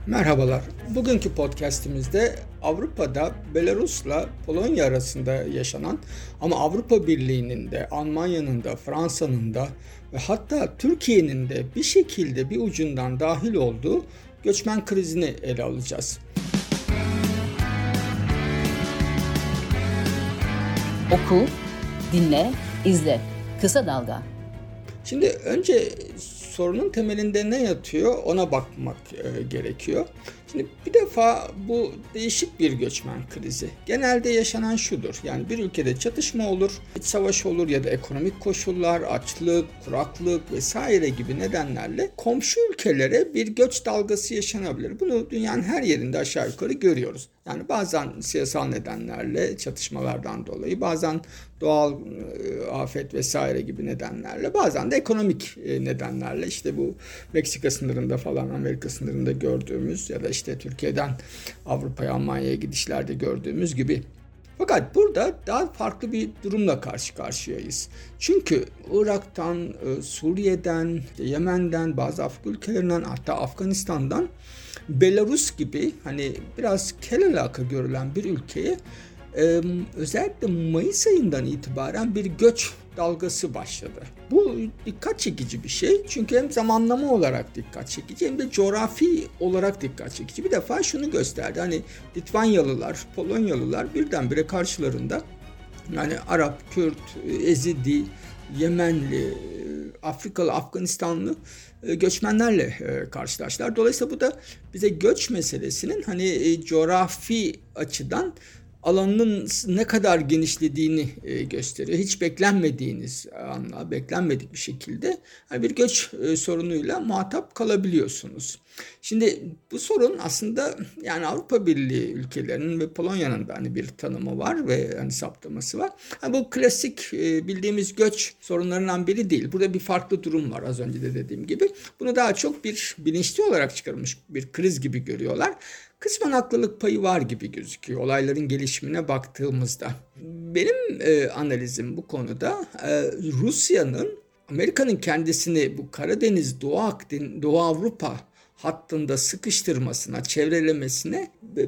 Merhabalar. Bugünkü podcast'imizde Avrupa'da Belarus'la Polonya arasında yaşanan ama Avrupa Birliği'nin de, Almanya'nın da, Fransa'nın da ve hatta Türkiye'nin de bir şekilde bir ucundan dahil olduğu göçmen krizini ele alacağız. Oku, dinle, izle. Kısa Dalga. Şimdi önce sorunun temelinde ne yatıyor ona bakmak gerekiyor. Şimdi bir defa bu değişik bir göçmen krizi. Genelde yaşanan şudur. Yani bir ülkede çatışma olur, iç savaş olur ya da ekonomik koşullar, açlık, kuraklık vesaire gibi nedenlerle komşu ülkelere bir göç dalgası yaşanabilir. Bunu dünyanın her yerinde aşağı yukarı görüyoruz. Yani bazen siyasal nedenlerle, çatışmalardan dolayı, bazen doğal afet vesaire gibi nedenlerle, bazen de ekonomik nedenlerle, işte bu Meksika sınırında falan, Amerika sınırında gördüğümüz ya da işte Türkiye'den Avrupa'ya, Almanya'ya gidişlerde gördüğümüz gibi. Fakat burada daha farklı bir durumla karşı karşıyayız. Çünkü Irak'tan, Suriye'den, Yemen'den, bazı Afrika ülkelerinden, hatta Afganistan'dan Belarus gibi hani biraz kel alaka görülen bir ülkeye özellikle Mayıs ayından itibaren bir göç dalgası başladı. Bu dikkat çekici bir şey. Çünkü hem zamanlama olarak dikkat çekici hem de coğrafi olarak dikkat çekici. Bir defa şunu gösterdi. Hani Litvanyalılar, Polonyalılar birdenbire karşılarında yani Arap, Kürt, Ezidi, Yemenli, Afrikalı, Afganistanlı göçmenlerle karşılaştılar. Dolayısıyla bu da bize göç meselesinin hani coğrafi açıdan alanının ne kadar genişlediğini gösteriyor. Hiç beklenmedik bir şekilde bir göç sorunuyla muhatap kalabiliyorsunuz. Şimdi bu sorun aslında yani Avrupa Birliği ülkelerinin ve Polonya'nın da hani bir tanımı var ve hani saptaması var. Bu klasik bildiğimiz göç sorunlarından biri değil. Burada bir farklı durum var az önce de dediğim gibi. Bunu daha çok bir bilinçli olarak çıkarılmış bir kriz gibi görüyorlar. Kısmen haklılık payı var gibi gözüküyor olayların gelişimine baktığımızda. Benim analizim bu konuda Rusya'nın Amerika'nın kendisini bu Karadeniz, Doğu Avrupa hattında sıkıştırmasına, çevrelemesine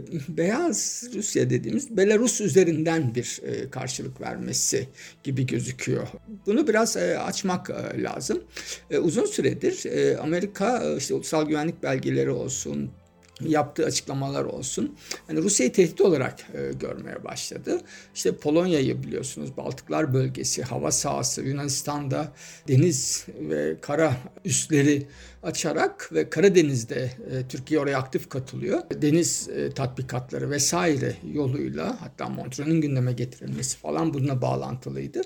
Beyaz Rusya dediğimiz Belarus üzerinden bir karşılık vermesi gibi gözüküyor. Bunu biraz açmak lazım. Uzun süredir Amerika işte ulusal güvenlik belgeleri olsun, yaptığı açıklamalar olsun. Hani Rusya'yı tehdit olarak görmeye başladı. İşte Polonya'yı biliyorsunuz, Baltıklar bölgesi, hava sahası, Yunanistan'da deniz ve kara üsleri açarak ve Karadeniz'de Türkiye oraya aktif katılıyor. Deniz tatbikatları vesaire yoluyla, hatta Montreux'un gündeme getirilmesi falan bununla bağlantılıydı.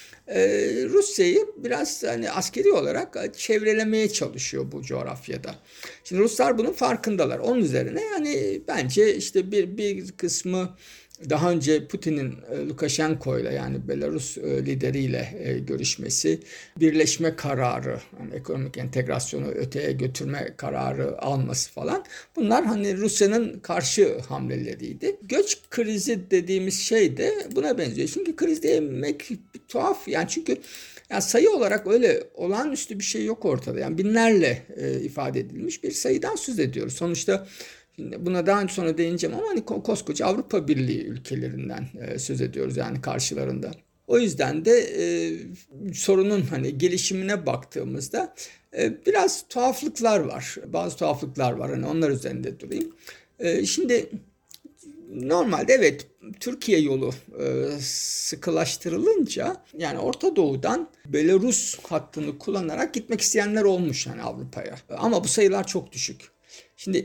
Rusya'yı biraz hani askeri olarak çevrelemeye çalışıyor bu coğrafyada. Şimdi Ruslar bunun farkındalar. Onun üzerine yani bence işte bir kısmı daha önce Putin'in Lukashenko'yla yani Belarus lideriyle görüşmesi, birleşme kararı, yani ekonomik entegrasyonu öteye götürme kararı alması falan. Bunlar hani Rusya'nın karşı hamleleriydi. Göç krizi dediğimiz şey de buna benziyor. Çünkü kriz demek tuhaf yani çünkü yani sayı olarak öyle olağanüstü bir şey yok ortada. Yani binlerle ifade edilmiş bir sayıdan söz ediyoruz. Sonuçta buna daha sonra değineceğim ama hani koskoca Avrupa Birliği ülkelerinden söz ediyoruz yani karşılarında. O yüzden de sorunun hani gelişimine baktığımızda biraz tuhaflıklar var. Bazı tuhaflıklar var. Hani onlar üzerinde durayım. Şimdi normalde evet Türkiye yolu sıkılaştırılınca yani Orta Doğu'dan Belarus hattını kullanarak gitmek isteyenler olmuş yani Avrupa'ya. Ama bu sayılar çok düşük. Şimdi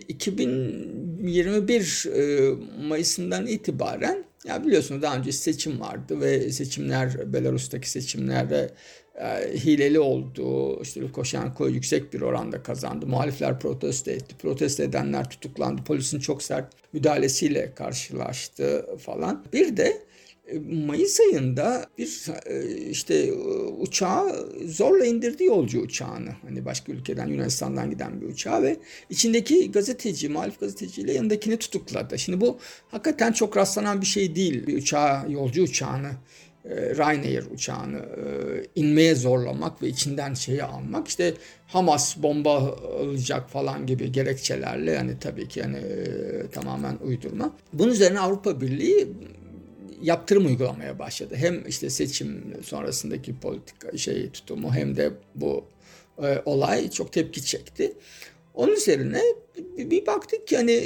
2021 Mayıs'ından itibaren ya biliyorsunuz daha önce seçim vardı ve seçimler Belarus'taki seçimlerde hileli oldu. İşte Lukashenko yüksek bir oranda kazandı. Muhalifler protesto etti. Protesto edenler tutuklandı. Polisin çok sert müdahalesiyle karşılaştı falan. Bir de Mayıs ayında bir işte uçağı zorla indirdi yolcu uçağını. Hani başka ülkeden Yunanistan'dan giden bir uçağı ve içindeki gazeteci, muhalif gazeteciyle yanındakini tutukladı. Şimdi bu hakikaten çok rastlanan bir şey değil. Bir uçağı, yolcu uçağını Ryanair uçağını inmeye zorlamak ve içinden şeyi almak, işte Hamas bomba alacak falan gibi gerekçelerle, yani tabii ki yani tamamen uydurma. Bunun üzerine Avrupa Birliği yaptırım uygulamaya başladı. Hem işte seçim sonrasındaki politika tutumu, hem de bu olay çok tepki çekti. Onun üzerine bir baktık ki hani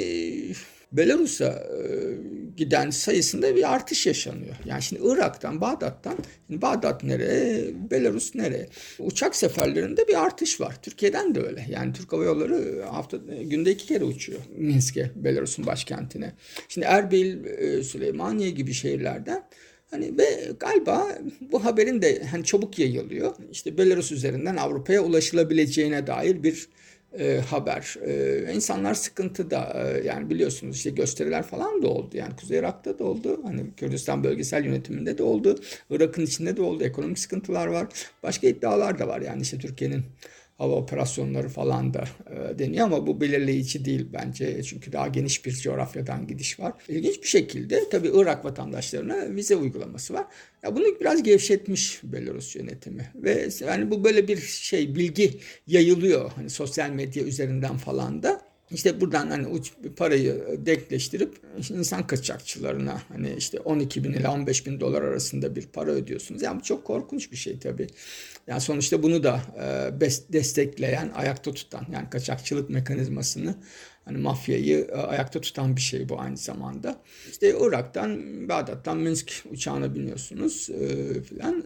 Belarus'a giden sayısında bir artış yaşanıyor. Yani şimdi Irak'tan, Bağdat'tan, Bağdat nereye, Belarus nereye? Uçak seferlerinde bir artış var. Türkiye'den de öyle. Yani Türk Hava Yolları günde 2 kere uçuyor Minsk'e, Belarus'un başkentine. Şimdi Erbil, Süleymaniye gibi şehirlerden. Hani ve galiba bu haberin de hani çabuk yayılıyor. İşte Belarus üzerinden Avrupa'ya ulaşılabileceğine dair bir haber. İnsanlar sıkıntıda, yani biliyorsunuz işte gösteriler falan da oldu. Yani Kuzey Irak'ta da oldu. Hani Kürdistan bölgesel yönetiminde de oldu. Irak'ın içinde de oldu. Ekonomik sıkıntılar var. Başka iddialar da var. Yani işte Türkiye'nin hava operasyonları falan da deniyor ama bu belirleyici değil bence. Çünkü daha geniş bir coğrafyadan gidiş var. İlginç bir şekilde tabii Irak vatandaşlarına vize uygulaması var. Ya bunu biraz gevşetmiş Belarus yönetimi ve yani bu böyle bir bilgi yayılıyor hani sosyal medya üzerinden falan da. İşte buradan hani parayı denkleştirip insan kaçakçılarına hani işte 12 bin ila 15 bin dolar arasında bir para ödüyorsunuz. Yani bu çok korkunç bir şey tabii. Yani sonuçta bunu da destekleyen, ayakta tutan, yani kaçakçılık mekanizmasını, hani mafyayı ayakta tutan bir şey bu aynı zamanda. İşte Irak'tan, Bağdat'tan Minsk uçağına biniyorsunuz filan.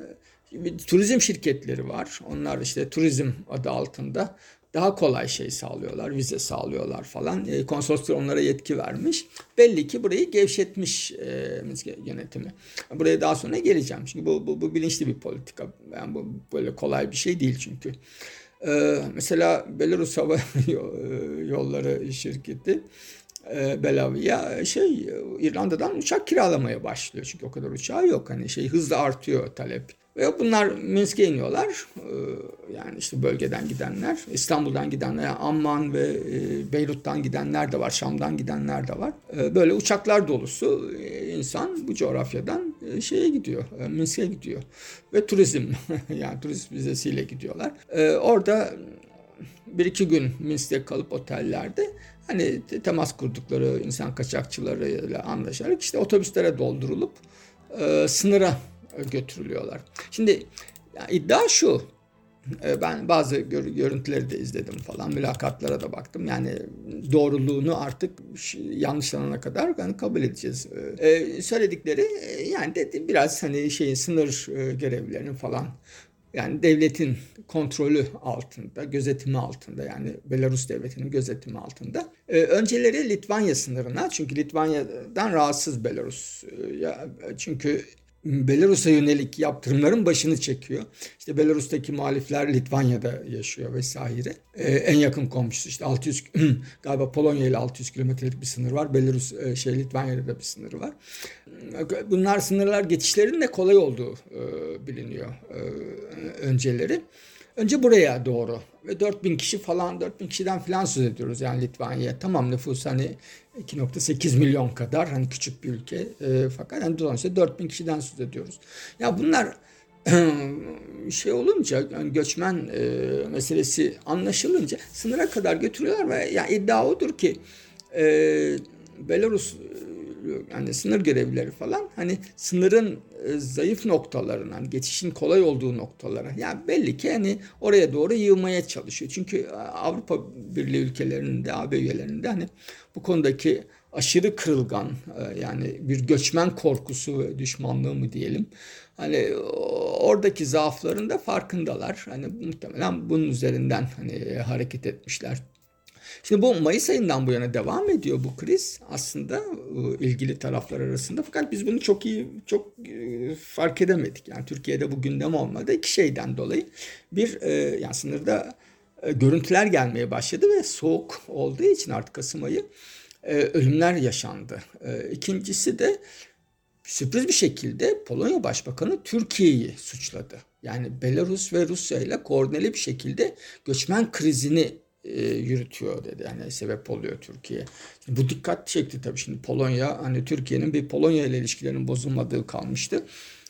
Turizm şirketleri var. Onlar işte turizm adı altında daha kolay sağlıyorlar, vize sağlıyorlar falan. Konsoloslar onlara yetki vermiş. Belli ki burayı gevşetmiş Minsk yönetimi. Buraya daha sonra geleceğim. Çünkü bu bilinçli bir politika. Yani bu böyle kolay bir şey değil çünkü. Mesela Belarus Hava Yolları şirketi Belavia İrlanda'dan uçak kiralamaya başlıyor. Çünkü o kadar uçağı yok. Hani hızla artıyor talep. Ve bunlar Minsk'e iniyorlar. Yani işte bölgeden gidenler, İstanbul'dan gidenler, yani Amman ve Beyrut'tan gidenler de var, Şam'dan gidenler de var. Böyle uçaklar dolusu insan bu coğrafyadan gidiyor, Minsk'e gidiyor. Ve turizm, yani turist vizesiyle gidiyorlar. Orada 1-2 gün Minsk'te kalıp otellerde hani temas kurdukları insan kaçakçılarıyla anlaşarak işte otobüslere doldurulup sınıra götürülüyorlar. Şimdi iddia şu, ben bazı görüntüleri de izledim falan, mülakatlara da baktım. Yani doğruluğunu artık yanlışlanana kadar yani kabul edeceğiz. Söyledikleri yani de biraz hani sınır görevlilerinin falan, yani devletin kontrolü altında, gözetimi altında, yani Belarus devletinin gözetimi altında. Önceleri Litvanya sınırına, çünkü Litvanya'dan rahatsız Belarus. Çünkü Belarus'a yönelik yaptırımların başını çekiyor. İşte Belarus'taki muhalifler Litvanya'da yaşıyor vesaire. En yakın komşusu işte 600 galiba Polonya ile 600 kilometrelik bir sınır var. Belarus Litvanya'da da bir sınırı var. Bunlar sınırlar geçişlerinin de kolay olduğu biliniyor önceleri. Önce buraya doğru ve 4000 kişi falan, 4000 kişiden falan söz ediyoruz yani Litvanya. Tamam, nüfus hani 2,8 milyon kadar, hani küçük bir ülke, fakat hani dolayısıyla 4000 kişiden söz ediyoruz. Ya bunlar olunca, yani göçmen meselesi anlaşılınca sınıra kadar götürüyorlar ve yani iddia odur ki Belarus yani sınır görevlileri falan hani sınırın zayıf noktalarına, hani geçişin kolay olduğu noktalara, yani belli ki hani oraya doğru yığmaya çalışıyor. Çünkü Avrupa Birliği ülkelerinde, AB üyelerinde hani bu konudaki aşırı kırılgan, yani bir göçmen korkusu ve düşmanlığı mı diyelim, hani oradaki zaafların da farkındalar. Hani muhtemelen bunun üzerinden hani hareket etmişler. Şimdi bu Mayıs ayından bu yana devam ediyor bu kriz aslında ilgili taraflar arasında. Fakat biz bunu çok fark edemedik. Yani Türkiye'de bu gündem olmadı. İki şeyden dolayı. Bir, yani sınırda görüntüler gelmeye başladı ve soğuk olduğu için artık Kasım ayı ölümler yaşandı. İkincisi de sürpriz bir şekilde Polonya Başbakanı Türkiye'yi suçladı. Yani Belarus ve Rusya ile koordineli bir şekilde göçmen krizini yürütüyor dedi. Yani sebep oluyor Türkiye. Bu dikkat çekti tabii. Şimdi Polonya, hani Türkiye'nin bir Polonya ile ilişkilerinin bozulmadığı kalmıştı.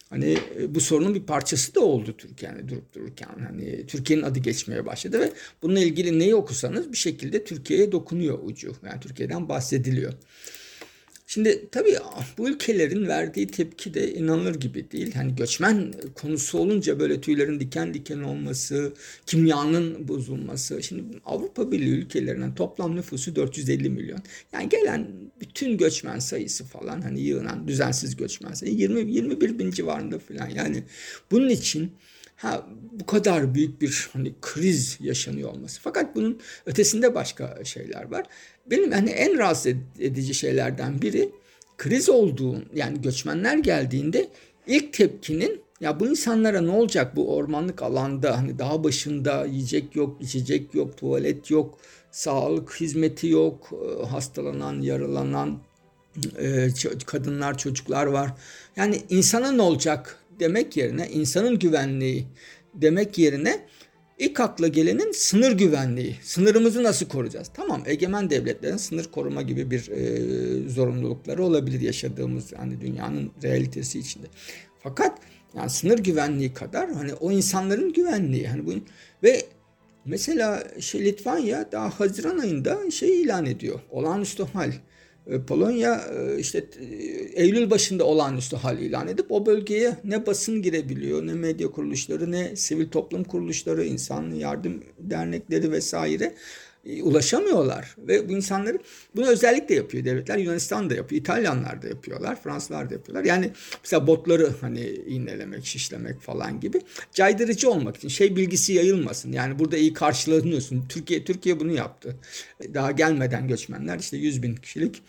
hani bu sorunun bir parçası da oldu Türkiye, yani durup dururken. Hani Türkiye'nin adı geçmeye başladı ve bununla ilgili neyi okusanız bir şekilde Türkiye'ye dokunuyor ucu. Yani Türkiye'den bahsediliyor. Şimdi tabii bu ülkelerin verdiği tepki de inanılır gibi değil. Hani göçmen konusu olunca böyle tüylerin diken diken olması, kimyanın bozulması. Şimdi Avrupa Birliği ülkelerinin toplam nüfusu 450 milyon. Yani gelen bütün göçmen sayısı falan, hani yığınan düzensiz göçmen sayısı 21 bin civarında falan. Yani bunun için bu kadar büyük bir hani kriz yaşanıyor olması. Fakat bunun ötesinde başka şeyler var. Benim hani en rahatsız edici şeylerden biri, kriz olduğu, yani göçmenler geldiğinde ilk tepkinin, ya bu insanlara ne olacak bu ormanlık alanda, hani dağ başında yiyecek yok, içecek yok, tuvalet yok, sağlık hizmeti yok, hastalanan, yaralanan kadınlar, çocuklar var. Yani insana ne olacak demek yerine, insanın güvenliği demek yerine İlk akla gelenin sınır güvenliği. Sınırımızı nasıl koruyacağız? Tamam, egemen devletlerin sınır koruma gibi bir zorunlulukları olabilir yaşadığımız hani dünyanın realitesi içinde. Fakat yani sınır güvenliği kadar hani o insanların güvenliği, hani bu ve mesela Litvanya daha Haziran ayında ilan ediyor. Olağanüstü hal. Polonya işte Eylül başında olağanüstü hal ilan edip o bölgeye ne basın girebiliyor, ne medya kuruluşları, ne sivil toplum kuruluşları, insan yardım dernekleri vesaire ulaşamıyorlar. Ve bu insanları, bunu özellikle yapıyor devletler. Yunanistan da yapıyor, İtalyanlar da yapıyorlar, Fransızlar da yapıyorlar. Yani mesela botları hani iğnelemek, şişlemek falan gibi caydırıcı olmak için, bilgisi yayılmasın. Yani burada iyi karşılanıyorsun. Türkiye bunu yaptı. Daha gelmeden göçmenler işte 100 bin kişilik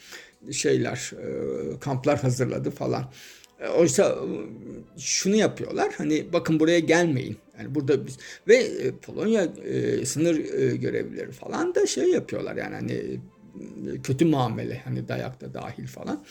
kamplar hazırladı falan. Oysa şunu yapıyorlar, hani bakın buraya gelmeyin. Yani burada biz ve Polonya sınır görevlileri falan da yapıyorlar, yani hani kötü muamele, hani dayak da dahil falan.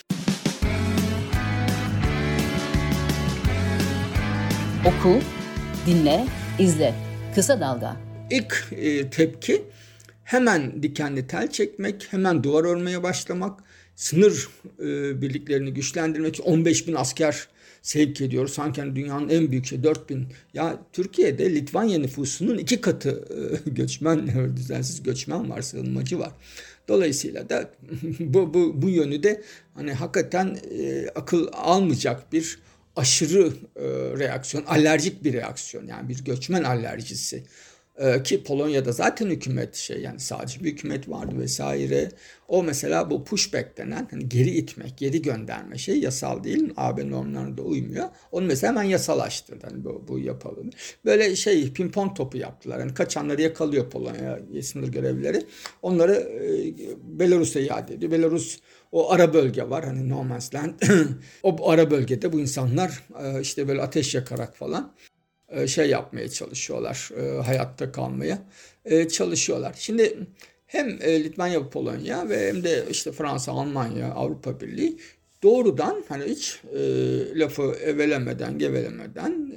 Oku, dinle, izle. Kısa Dalga. İlk tepki hemen dikenli tel çekmek, hemen duvar örmeye başlamak, sınır birliklerini güçlendirmek için 15 bin asker sevk ediyor. Sanki hani dünyanın en büyük 4 bin. Ya Türkiye'de Litvanya nüfusunun 2 katı göçmen, düzensiz göçmen var, sığınmacı var. Dolayısıyla da bu yönü de hani hakikaten akıl almayacak bir aşırı reaksiyon, alerjik bir reaksiyon, yani bir göçmen alerjisi. Ki Polonya'da zaten hükümet yani sağcı bir hükümet vardı vesaire. O mesela bu pushback denen, hani geri itmek, geri gönderme yasal değil. AB normlarına da uymuyor. Onu mesela hemen yasalaştırdı. Hani bu yapalım. Böyle pimpon topu yaptılar. Hani kaçanları yakalıyor Polonya sınır görevlileri. Onları Belarus'a iade ediyor. Belarus, o ara bölge var, hani No Man's Land. O ara bölgede bu insanlar işte böyle ateş yakarak falan yapmaya çalışıyorlar, hayatta kalmaya çalışıyorlar. Şimdi hem Litvanya, Polonya ve hem de işte Fransa, Almanya, Avrupa Birliği doğrudan hani hiç lafı evelemeden, gevelemeden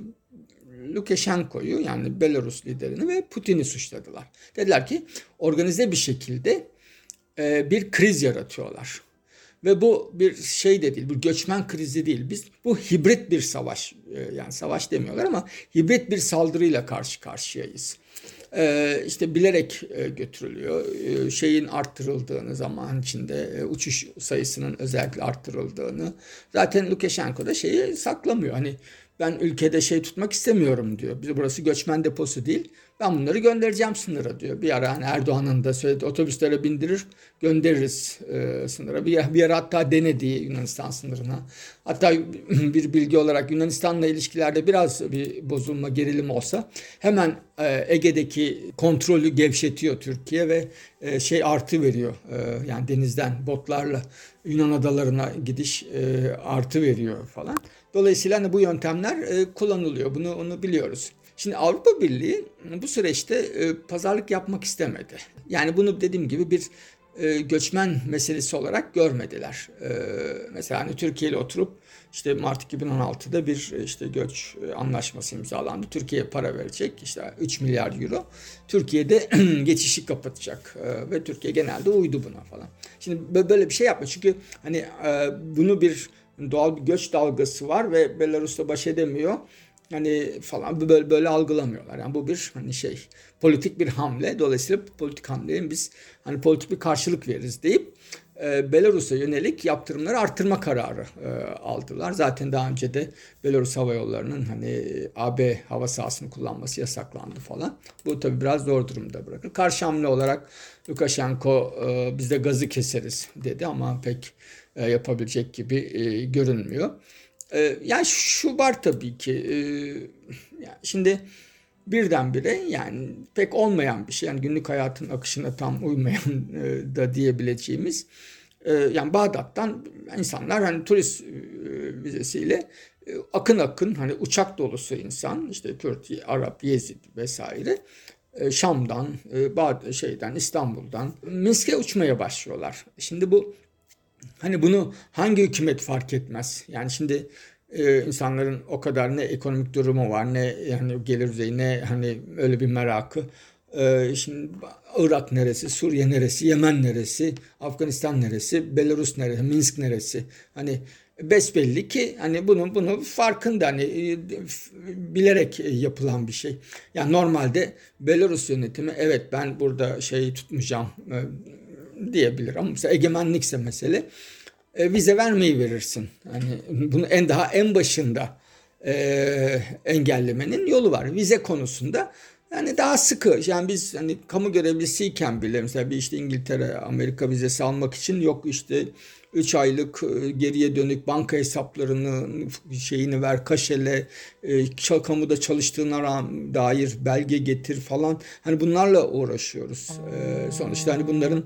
Lukashenko'yu, yani Belarus liderini ve Putin'i suçladılar. Dediler ki organize bir şekilde bir kriz yaratıyorlar. Ve bu bir de değil, bu göçmen krizi değil. Bu hibrit bir savaş, yani savaş demiyorlar ama hibrit bir saldırıyla karşı karşıyayız. İşte bilerek götürülüyor. Arttırıldığını, zaman içinde uçuş sayısının özellikle arttırıldığını. Zaten Lukashenko da saklamıyor. Hani ben ülkede tutmak istemiyorum diyor. Burası göçmen deposu değil. Ben bunları göndereceğim sınıra diyor. Bir ara hani Erdoğan'ın da söyledi, otobüslere bindirir göndeririz sınıra. Bir ara hatta denediği Yunanistan sınırına. Hatta bir bilgi olarak Yunanistan'la ilişkilerde biraz bir bozulma, gerilim olsa hemen Ege'deki kontrolü gevşetiyor Türkiye ve artı veriyor. Yani denizden botlarla Yunan adalarına gidiş artı veriyor falan. Dolayısıyla hani bu yöntemler kullanılıyor. Onu biliyoruz. Şimdi Avrupa Birliği bu süreçte pazarlık yapmak istemedi. Yani bunu dediğim gibi bir göçmen meselesi olarak görmediler. Mesela hani Türkiye ile oturup işte Mart 2016'da bir göç anlaşması imzalandı. Türkiye para verecek, 3 milyar euro. Türkiye'de geçişi kapatacak ve Türkiye genelde uydu buna falan. Şimdi böyle bir şey yapma, çünkü hani bunu bir doğal bir göç dalgası var ve Belarus'ta baş edemiyor. Hani falan böyle algılamıyorlar. Yani bu bir hani politik bir hamle. Dolayısıyla politik hamleye biz hani politik bir karşılık veririz deyip Belarus'a yönelik yaptırımları arttırma kararı aldılar. Zaten daha önce de Belarus Hava Yolları'nın hani AB hava sahasını kullanması yasaklandı falan. Bu tabii biraz zor durumda bırakır. Karşı hamle olarak Lukashenko biz de gazı keseriz dedi ama pek yapabilecek gibi görünmüyor. Yani şu var tabii ki yani şimdi birdenbire yani pek olmayan bir şey yani günlük hayatın akışına tam uymayan da diyebileceğimiz yani Bağdat'tan insanlar hani turist vizesiyle akın akın hani uçak dolusu insan işte Kürt, Arap, Yezid vesaire Şam'dan, İstanbul'dan Minsk'e uçmaya başlıyorlar. Şimdi bu hani bunu hangi hükümet fark etmez? Yani şimdi insanların o kadar ne ekonomik durumu var ne yani gelir düzeyi ne hani öyle bir merakı. Şimdi Irak neresi, Suriye neresi, Yemen neresi, Afganistan neresi, Belarus neresi, Minsk neresi? Hani besbelli ki hani bunu farkında hani bilerek yapılan bir şey. Yani normalde Belarus yönetimi evet ben burada tutmayacağım diyebilir ama mesela egemenlikse mesele vize vermeyi verirsin. Hani bunu en başında engellemenin yolu var. Vize konusunda yani daha sıkı. Yani biz hani kamu görevlisiyken bile mesela bir işte İngiltere, Amerika vizesi almak için yok işte 3 aylık geriye dönük banka hesaplarını ver, kaşele, kamuda çalıştığına dair belge getir falan. Hani bunlarla uğraşıyoruz. Sonuçta hani bunların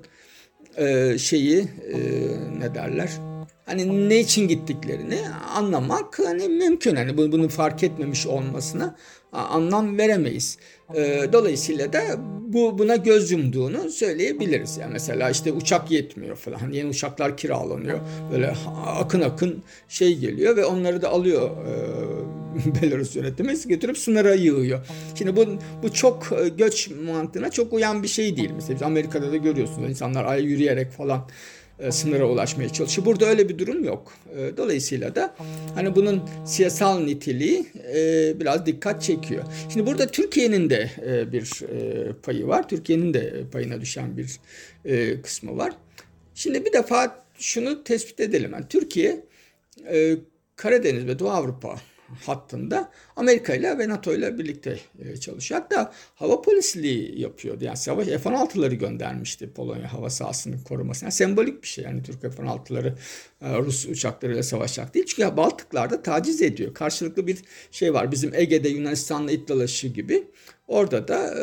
ne derler? Hani ne için gittiklerini anlamak hani mümkün. Hani bunu fark etmemiş olmasına anlam veremeyiz. Dolayısıyla da buna göz yumduğunu söyleyebiliriz. Yani mesela işte uçak yetmiyor falan. Hani yeni uçaklar kiralanıyor. Böyle akın akın geliyor ve onları da alıyor Belarus yönetimi götürüp sınıra yığıyor. Şimdi bu çok göç mantığına çok uyan bir şey değil. Mesela biz Amerika'da da görüyorsunuz insanlar yürüyerek falan sınıra ulaşmaya çalışıyor. Burada öyle bir durum yok. Dolayısıyla da hani bunun siyasal niteliği biraz dikkat çekiyor. Şimdi burada Türkiye'nin de bir payı var. Türkiye'nin de payına düşen bir kısmı var. Şimdi bir defa şunu tespit edelim. Yani Türkiye Karadeniz ve Doğu Avrupa hattında Amerika ile ve NATO ile birlikte çalışıyor. Hatta hava polisliği yapıyordu. Yani savaş F-16'ları göndermişti Polonya hava sahasının korumasına. Yani sembolik bir şey. Yani Türk F-16'ları Rus uçaklarıyla savaşacak değil. Çünkü Baltıklar'da taciz ediyor. Karşılıklı bir var. Bizim Ege'de Yunanistan'la itdalaşı gibi. Orada da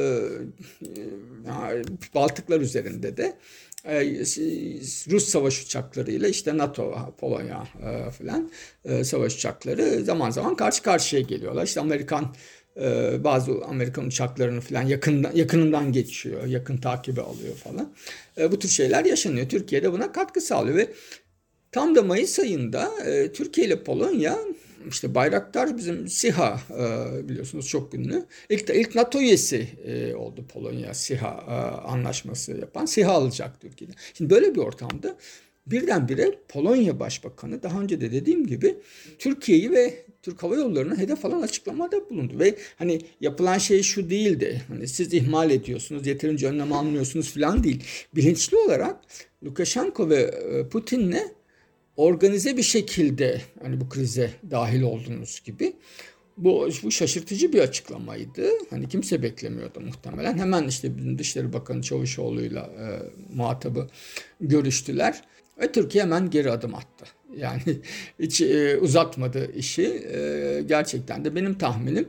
Baltıklar üzerinde de Rus savaş uçaklarıyla işte NATO, Polonya falan savaş uçakları zaman zaman karşı karşıya geliyorlar. İşte bazı Amerikan uçaklarını falan yakınından geçiyor, yakın takibi alıyor falan. Bu tür şeyler yaşanıyor. Türkiye de buna katkı sağlıyor ve tam da Mayıs ayında Türkiye ile Polonya işte Bayraktar bizim SİHA biliyorsunuz çok ünlü. İlk NATO üyesi oldu Polonya SİHA anlaşması yapan. SİHA alacak Türkiye'den. Şimdi böyle bir ortamda birdenbire Polonya Başbakanı daha önce de dediğim gibi Türkiye'yi ve Türk Hava Yolları'na hedef alan açıklamada bulundu. Ve hani yapılan şey şu değildi. Hani siz ihmal ediyorsunuz, yeterince önlem almıyorsunuz falan değil. Bilinçli olarak Lukashenko ve Putin'le organize bir şekilde hani bu krize dahil olduğunuz gibi bu şaşırtıcı bir açıklamaydı. Hani kimse beklemiyordu muhtemelen. Hemen işte Dışişleri Bakanı Çavuşoğlu'yla muhatabı görüştüler ve Türkiye hemen geri adım attı. Yani hiç uzatmadı işi. Gerçekten de benim tahminim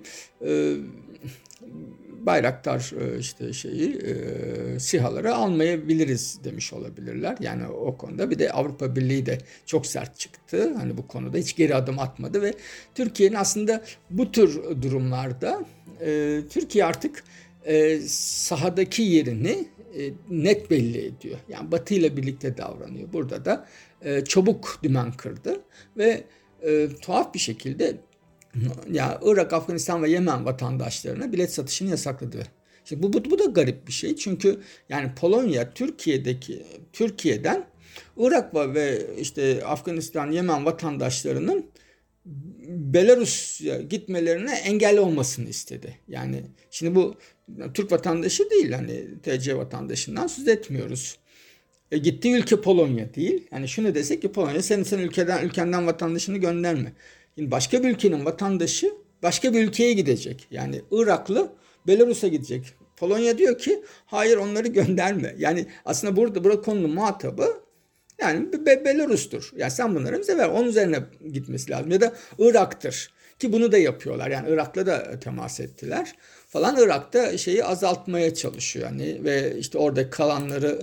Bayraktar SİHA'ları almayabiliriz demiş olabilirler. Yani o konuda bir de Avrupa Birliği de çok sert çıktı. Hani bu konuda hiç geri adım atmadı ve Türkiye'nin aslında bu tür durumlarda Türkiye artık sahadaki yerini net belli ediyor. Yani Batı ile birlikte davranıyor. Burada da çabuk dümen kırdı ve tuhaf bir şekilde ya Irak, Afganistan ve Yemen vatandaşlarına bilet satışını yasakladı. İşte bu da garip bir şey. Çünkü yani Polonya Türkiye'den Irak ve işte Afganistan, Yemen vatandaşlarının Belarus'a gitmelerine engel olmasını istedi. Yani şimdi bu Türk vatandaşı değil, hani TC vatandaşından söz etmiyoruz. Gittiği ülke Polonya değil. Yani şunu desek ki Polonya sen ülkenden vatandaşını gönderme. Şimdi başka bir ülkenin vatandaşı başka bir ülkeye gidecek. Yani Iraklı Belarus'a gidecek. Polonya diyor ki hayır, onları gönderme. Yani aslında burada konunun muhatabı yani Belarus'tur. Yani sen bunları bize ver. Onun üzerine gitmesi lazım. Ya da Irak'tır. Ki bunu da yapıyorlar. Yani Irak'la da temas ettiler falan. Irak'ta şeyi azaltmaya çalışıyor. Yani ve işte orada kalanları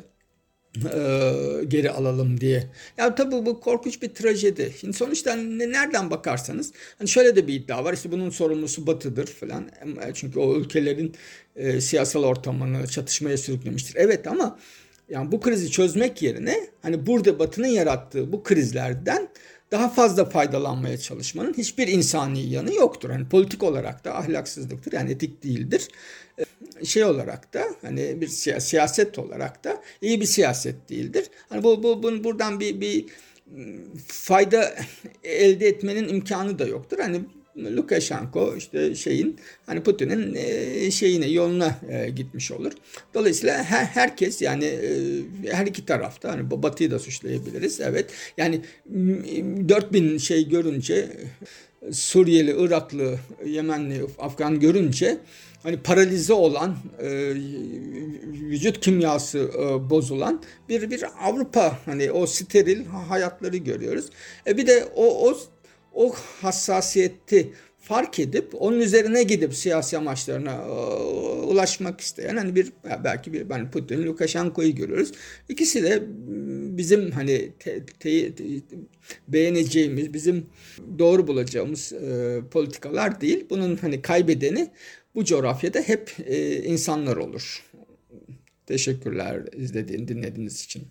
geri alalım diye. Ya tabii bu korkunç bir trajedi. Şimdi sonuçta nereden bakarsanız hani şöyle de bir iddia var. İşte bunun sorumlusu Batı'dır falan. Çünkü o ülkelerin siyasal ortamını çatışmaya sürüklemiştir. Evet ama yani bu krizi çözmek yerine hani burada Batı'nın yarattığı bu krizlerden daha fazla faydalanmaya çalışmanın hiçbir insani yanı yoktur. Hani politik olarak da ahlaksızlıktır. Yani etik değildir. Şey olarak da hani bir siyaset olarak da iyi bir siyaset değildir. Hani buradan bir fayda elde etmenin imkanı da yoktur. Hani Lukashenko işte hani Putin'in yoluna gitmiş olur. Dolayısıyla herkes yani her iki tarafta hani Batı'yı da suçlayabiliriz. Evet. Yani 4000 görünce Suriyeli, Iraklı, Yemenli, Afgan görünce hani paralize olan, vücut kimyası bozulan bir Avrupa, hani o steril hayatları görüyoruz. Bir de o hassasiyeti fark edip onun üzerine gidip siyasi amaçlarına ulaşmak isteyen hani belki hani Putin, Lukashenko'yu görüyoruz. İkisi de bizim hani beğeneceğimiz, bizim doğru bulacağımız politikalar değil. Bunun hani kaybedeni bu coğrafyada hep insanlar olur. Teşekkürler dinlediğiniz için.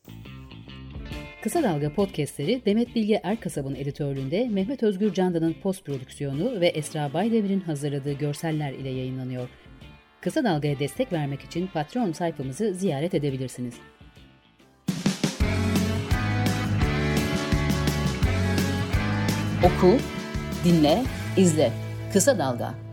Kısa Dalga podcastleri Demet Bilge Erkasab'ın editörlüğünde Mehmet Özgür Candan'ın post prodüksiyonu ve Esra Baydemir'in hazırladığı görseller ile yayınlanıyor. Kısa Dalga'ya destek vermek için Patreon sayfamızı ziyaret edebilirsiniz. Oku, dinle, izle. Kısa Dalga.